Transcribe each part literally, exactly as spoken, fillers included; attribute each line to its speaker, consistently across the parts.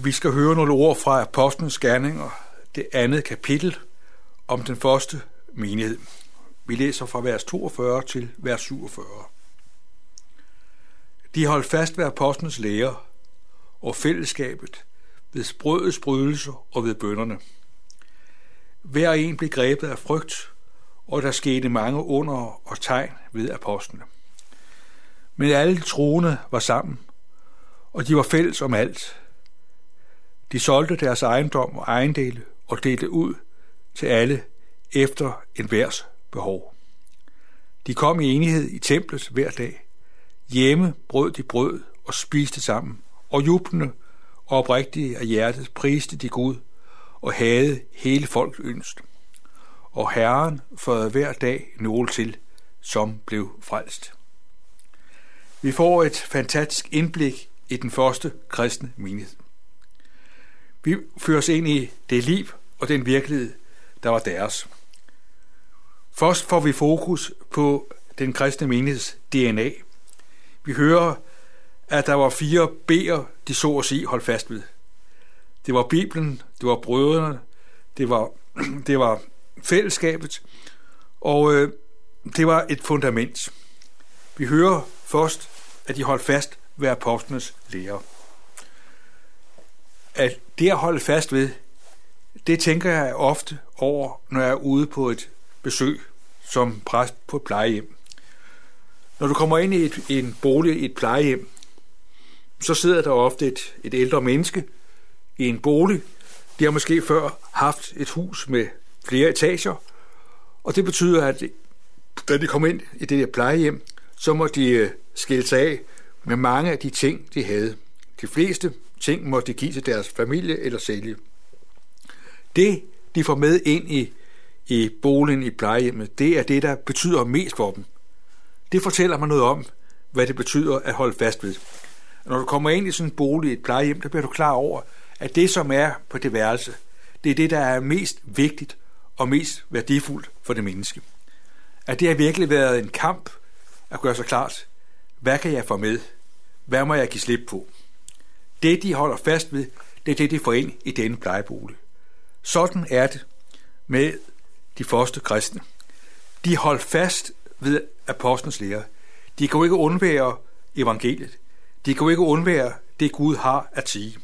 Speaker 1: Vi skal høre nogle ord fra Apostlenes Gerninger, det andet kapitel om den første menighed. Vi læser fra vers toogfyrre til vers syvogfyrre. De holdt fast ved apostlenes lære og fællesskabet, ved brødets brydelse og ved bønnerne. Hver en blev grebet af frygt, og der skete mange under og tegn ved apostlene. Men alle de troende var sammen, og de var fælles om alt. De solgte deres ejendom og ejendele og delte ud til alle efter enhvers behov. De kom i enighed i templet hver dag. Hjemme brød de brød og spiste sammen, og jublende og oprigtige af hjertet priste de Gud og havde hele folket ønsk. Og Herren førte hver dag nogle til, som blev frelst. Vi får et fantastisk indblik i den første kristne menighed. Vi føres ind i det liv og den virkelighed, der var deres. Først får vi fokus på den kristne menigheds D N A. Vi hører, at der var fire B'er, de så at sige holdt fast ved. Det var Bibelen, det var brødrene, det var, det var fællesskabet, og øh, det var et fundament. Vi hører først, at de holdt fast ved apostlenes lære. At det at holde fast ved, det tænker jeg ofte over, når jeg er ude på et besøg som præst på et plejehjem. Når du kommer ind i et, en bolig i et plejehjem, så sidder der ofte et, et ældre menneske i en bolig. De har måske før haft et hus med flere etager, og det betyder, at da de kommer ind i det der plejehjem, så må de skille sig af med mange af de ting, de havde. De fleste ting må de give til deres familie eller sælge. Det, de får med ind i, i boligen i plejehjemmet, det er det, der betyder mest for dem. Det fortæller mig noget om, hvad det betyder at holde fast ved. Når du kommer ind i sådan en bolig i et plejehjem, der bliver du klar over, at det, som er på det værelse, det er det, der er mest vigtigt og mest værdifuldt for det menneske. At det har virkelig været en kamp at gøre sig klart, hvad kan jeg få med? Hvad må jeg give slip på? Det, de holder fast ved, det er det, de får ind i denne plejebolig. Sådan er det med de første kristne. De holdt fast ved apostlenes lære. De kan jo ikke undvære evangeliet. De kan jo ikke undvære det, Gud har at sige.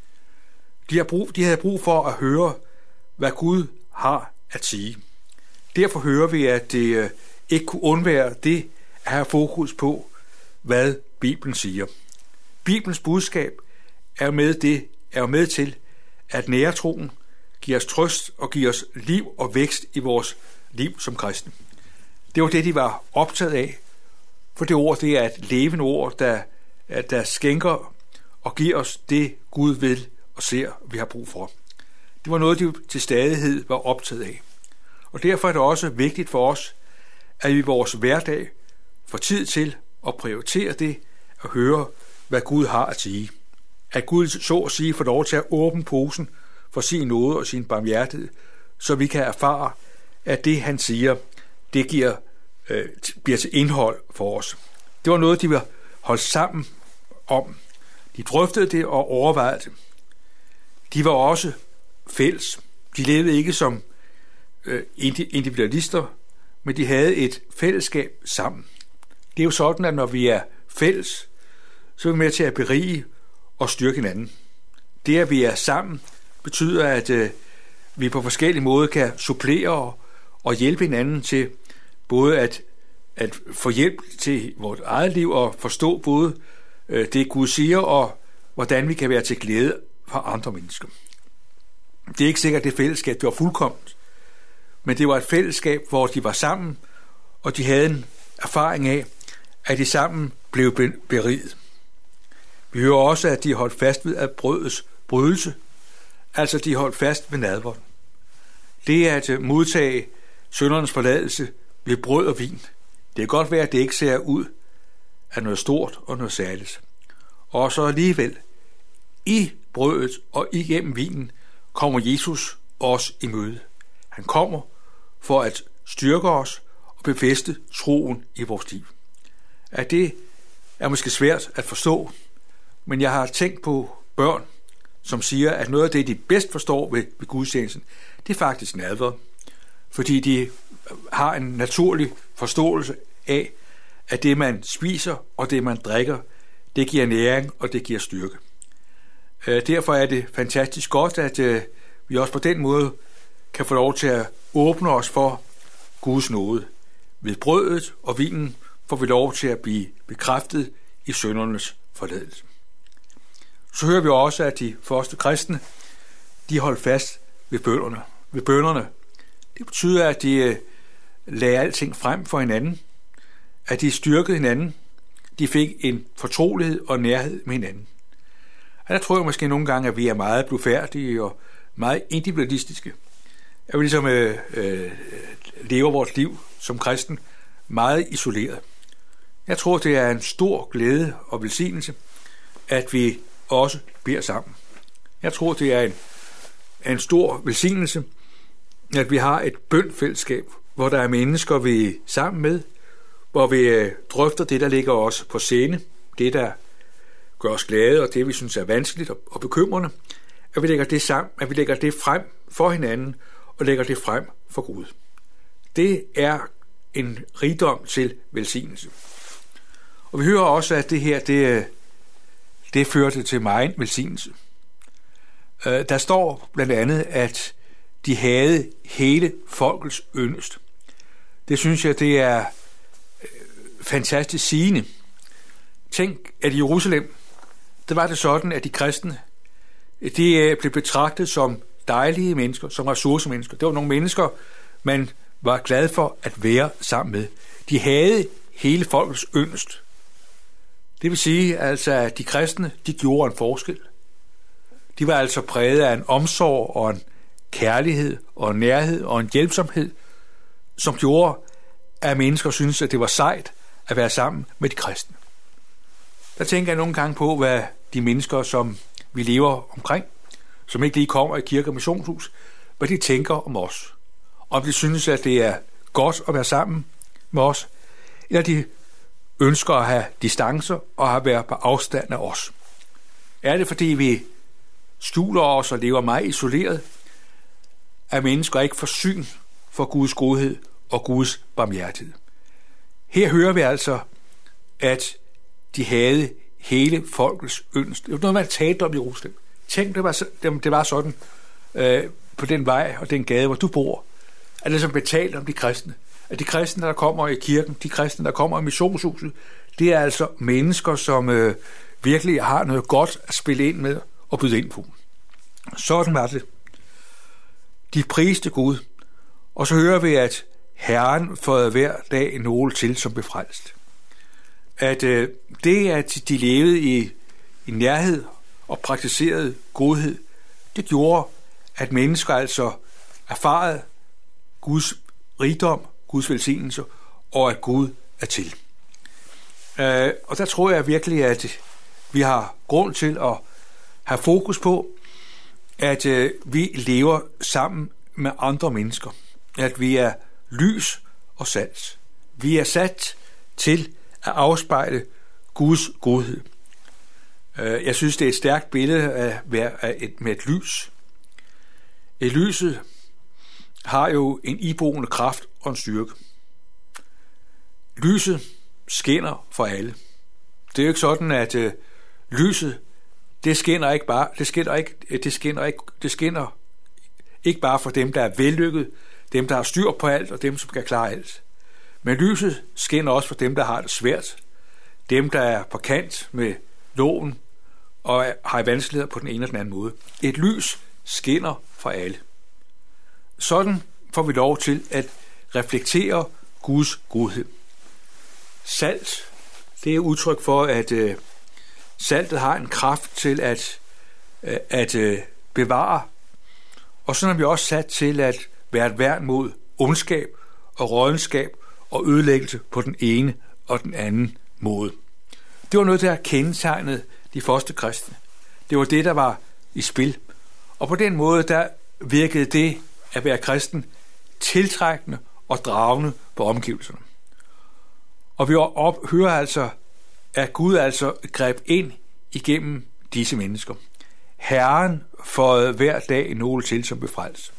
Speaker 1: De, har brug, de havde brug for at høre, hvad Gud har at sige. Derfor hører vi, at det øh, ikke kunne undvære det at have fokus på, hvad Bibelen siger. Bibelens budskab er med, det, er med til at nære troen, give os trøst og give os liv og vækst i vores liv som kristne. Det var det, de var optaget af, for det ord, det er et levende ord, der, der skænker og giver os det, Gud vil og ser, vi har brug for. Det var noget, de til stadighed var optaget af. Og derfor er det også vigtigt for os, at vi i vores hverdag får tid til at prioritere det og høre, hvad Gud har at sige. At Gud så at sige får lov til at åbne posen for sin nåde og sin barmhjertighed, så vi kan erfare, at det, han siger, det giver, øh, bliver til indhold for os. Det var noget, de var holdt sammen om. De drøftede det og overvejede det. De var også fælles. De levede ikke som øh, individualister, men de havde et fællesskab sammen. Det er jo sådan, at når vi er fælles, så er vi med til at berige og styrke hinanden. Det, at vi er sammen, betyder, at øh, vi på forskellige måder kan supplere og, og hjælpe hinanden til både at, at få hjælp til vores eget liv og forstå både øh, det, Gud siger, og hvordan vi kan være til glæde for andre mennesker. Det er ikke sikkert, at det fællesskab det var fuldkomment, men det var et fællesskab, hvor de var sammen, og de havde en erfaring af, at de sammen blev beriget. Vi hører også, at de holdt fast ved at brødets brydelse, altså de holdt fast ved nadveren. Det er at modtage syndernes forladelse ved brød og vin. Det kan godt være, at det ikke ser ud af noget stort og noget særligt. Og så alligevel, i brødet og igennem vinen, kommer Jesus os i møde. Han kommer for at styrke os og befæste troen i vores liv. At det er måske svært at forstå, men jeg har tænkt på børn, som siger, at noget af det, de bedst forstår ved, ved gudstjenesten, det er faktisk nadver, fordi de har en naturlig forståelse af, at det, man spiser og det, man drikker, det giver næring og det giver styrke. Derfor er det fantastisk godt, at vi også på den måde kan få lov til at åbne os for Guds nåde. Ved brødet og vinen får vi lov til at blive bekræftet i syndernes forladelse. Så hører vi også, at de første kristne, de holdt fast ved bønnerne. Ved bønnerne. Det betyder, at de lagde alting frem for hinanden, at de styrkede hinanden, de fik en fortrolighed og nærhed med hinanden. Og der tror jeg måske nogle gange, at vi er meget blufærdige og meget individualistiske. At vi ligesom øh, øh, lever vores liv som kristen meget isoleret. Jeg tror, det er en stor glæde og velsignelse, at vi også beder sammen. Jeg tror, det er en, en stor velsignelse, at vi har et bønfællesskab, hvor der er mennesker, vi er sammen med, hvor vi øh, drøfter det, der ligger os på scene, det, der gør os glade, og det, vi synes er vanskeligt og, og bekymrende, at vi lægger det sammen, at vi lægger det frem for hinanden, og lægger det frem for Gud. Det er en rigdom til velsignelse. Og vi hører også, at det her, det, det førte til meget velsignelse. Der står blandt andet, at de havde hele folkets yndest. Det synes jeg, det er fantastisk sigende. Tænk, at i Jerusalem, der var det sådan, at de kristne, de blev betragtet som dejlige mennesker, som ressourcemennesker. Det var nogle mennesker, man var glad for at være sammen med. De havde hele folkets yndest. Det vil sige, altså, at de kristne, de gjorde en forskel. De var altså præget af en omsorg og en kærlighed og en nærhed og en hjælpsomhed, som gjorde, at mennesker syntes, at det var sejt at være sammen med de kristne. Der tænker jeg nogle gange på, hvad de mennesker, som vi lever omkring, som ikke lige kommer i kirke og missionshus, hvad de tænker om os. Om de synes, at det er godt at være sammen med os, eller de ønsker at have distancer og at være på afstand af os. Er det, fordi vi skjuler os og lever meget isoleret, at mennesker ikke får syn for Guds godhed og Guds barmhjertighed? Her hører vi altså, at de havde hele folkets yndest. Det var noget, man talte om i Jerusalem. Tænk, det var, det var sådan øh, på den vej og den gade, hvor du bor, at det som betalt om de kristne. At de kristne, der kommer i kirken, de kristne, der kommer i missionshuset, det er altså mennesker, som øh, virkelig har noget godt at spille ind med og byde ind på. Sådan var det. De priste Gud, og så hører vi, at Herren får hver dag nogle til som befrelst. At øh, det, at de levede i, i nærhed og praktiserede godhed, det gjorde, at mennesker altså erfarede Guds rigdom, Guds velsignelse, og at Gud er til. Øh, og der tror jeg virkelig, at vi har grund til at have fokus på, at øh, vi lever sammen med andre mennesker. At vi er lys og salt. Vi er sat til at afspejle Guds godhed. Øh, jeg synes, det er et stærkt billede af, af et, med et lys. Et lyset har jo en iboende kraft og en styrke. Lyset skinner for alle. Det er jo ikke sådan, at øh, lyset, det skinner ikke bare, det skinner ikke, det skinner ikke, det skinner ikke bare for dem, der er vellykket, dem, der har styr på alt, og dem, som kan klare alt. Men lyset skinner også for dem, der har det svært, dem, der er på kant med loven, og har vanskeligheder på den ene eller den anden måde. Et lys skinner for alle. Sådan får vi lov til at reflektere Guds godhed. Salt, det er udtryk for, at øh, saltet har en kraft til at, øh, at øh, bevare, og sådan er vi også sat til at være et værn mod ondskab og rådenskab og ødelæggelse på den ene og den anden måde. Det var noget, der kendetegnede de første kristne. Det var det, der var i spil. Og på den måde, der virkede det at være kristen tiltrækkende og dragende på omgivelserne. Og vi op, hører altså, at Gud altså greb ind igennem disse mennesker. Herren får hver dag nogle til som befrelses.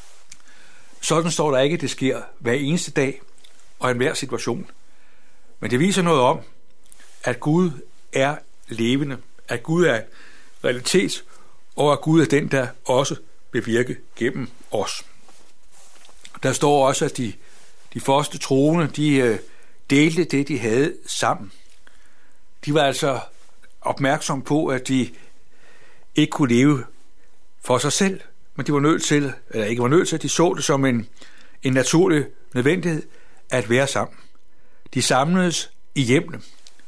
Speaker 1: Sådan står der ikke, at det sker hver eneste dag og i enhver situation. Men det viser noget om, at Gud er levende, at Gud er realitet, og at Gud er den, der også bevirker gennem os. Der står også, at de, de første troende, de øh, delte det, de havde sammen. De var altså opmærksomme på, at de ikke kunne leve for sig selv, men de var nødt til, eller ikke var nødt til, at de så det som en, en naturlig nødvendighed at være sammen. De samledes i hjemmene.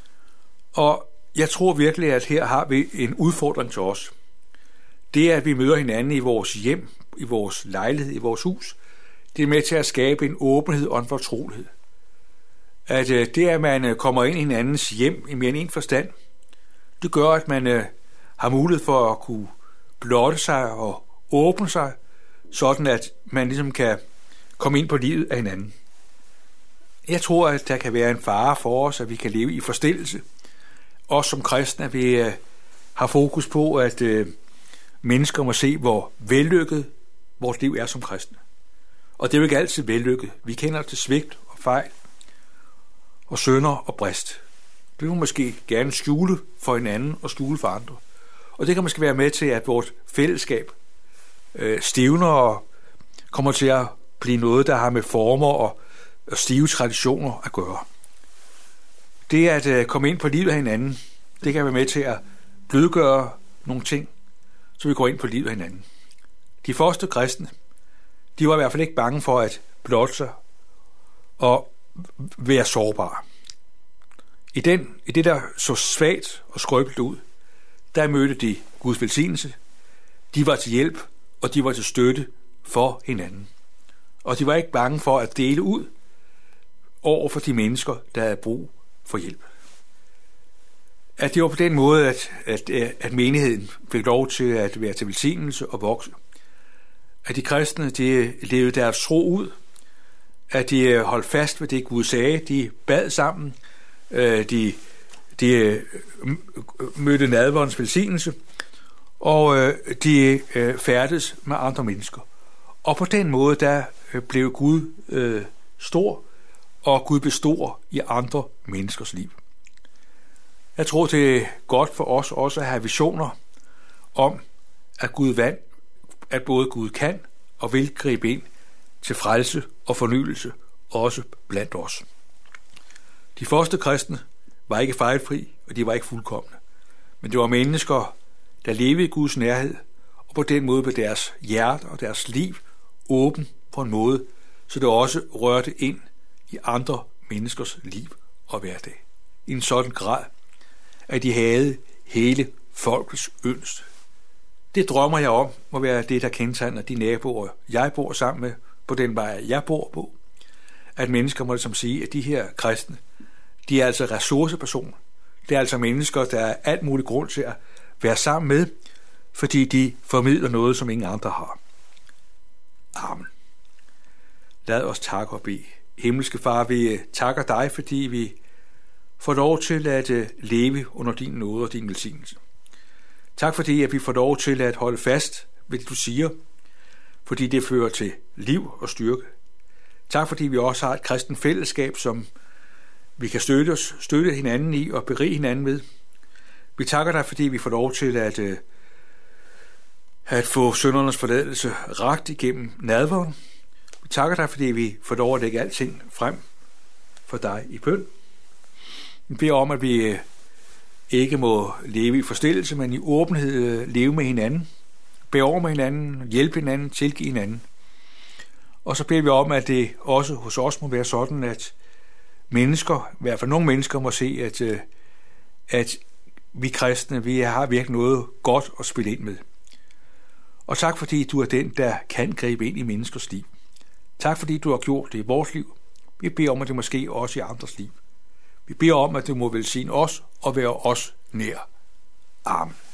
Speaker 1: Og jeg tror virkelig, at her har vi en udfordring til os. Det er, at vi møder hinanden i vores hjem, i vores lejlighed, i vores hus. Det er med til at skabe en åbenhed og en fortrolighed. At det, at man kommer ind i hinandens hjem i mere end en forstand, det gør, at man har mulighed for at kunne blotte sig og åbne sig, sådan at man ligesom kan komme ind på livet af hinanden. Jeg tror, at der kan være en fare for os, at vi kan leve i forstillelse. Også som kristne, at vi har fokus på, at mennesker må se, hvor vellykket vores liv er som kristne. Og det er jo ikke altid vellykket. Vi kender til svigt og fejl, og synder og brist. Det vil måske gerne skjule for hinanden og skjule for andre. Og det kan måske være med til, at vores fællesskab øh, stivner og kommer til at blive noget, der har med former og, og stive traditioner at gøre. Det at øh, komme ind på livet af hinanden, det kan være med til at blødgøre nogle ting, så vi går ind på livet af hinanden. De første kristne, de var i hvert fald ikke bange for at blotte sig og være sårbare. I, den, I det, der så svagt og skrøbeligt ud, der mødte de Guds velsignelse. De var til hjælp, og de var til støtte for hinanden. Og de var ikke bange for at dele ud over for de mennesker, der havde brug for hjælp. At det var på den måde, at, at, at menigheden fik lov til at være til velsignelse og vokse. At de kristne, de levede deres tro ud. At de holdt fast ved det, Gud sagde. De bad sammen. De, de mødte nadverens velsignelse. Og de færdes med andre mennesker. Og på den måde, der blev Gud øh, stor, og Gud består i andre menneskers liv. Jeg tror, det er godt for os også at have visioner om, at Gud vand, at både Gud kan og vil gribe ind til frelse og fornyelse, også blandt os. De første kristne var ikke fejlfri, og de var ikke fuldkomne. Men det var mennesker, der levede i Guds nærhed, og på den måde blev deres hjerte og deres liv åben på en måde, så det også rørte ind i andre menneskers liv og hverdag. I en sådan grad, at de havde hele folkets ønske. Det drømmer jeg om, må være det, der kendetegner de naboer, jeg bor sammen med, på den vej, jeg bor på. At mennesker må ligesom sige, at de her kristne, de er altså ressourcepersoner. Det er altså mennesker, der er alt mulig grund til at være sammen med, fordi de formidler noget, som ingen andre har. Amen. Lad os takke og bede. Himmelske Far, vi takker dig, fordi vi får lov til at leve under din nåde og din velsignelse. Tak fordi, at vi får lov til at holde fast ved det, du siger, fordi det fører til liv og styrke. Tak fordi vi også har et kristent fællesskab, som vi kan støtte os, støtte hinanden i og berige hinanden med. Vi takker dig, fordi vi får lov til at, at få syndernes forladelse rakt igennem nadveren. Vi takker dig, fordi vi får lov at lægge alting frem for dig i bøn. Vi beder om, at vi ikke må leve i forstillelse, men i åbenhed leve med hinanden, bære over med hinanden, hjælpe hinanden, tilgive hinanden. Og så beder vi om, at det også hos os må være sådan, at mennesker, i hvert fald nogle mennesker, må se, at, at vi kristne, vi har virkelig noget godt at spille ind med. Og tak fordi du er den, der kan gribe ind i menneskers liv. Tak fordi du har gjort det i vores liv. Vi beder om, at det måske også i andres liv. Vi beder om, at du må velsigne os og være os nær. Amen.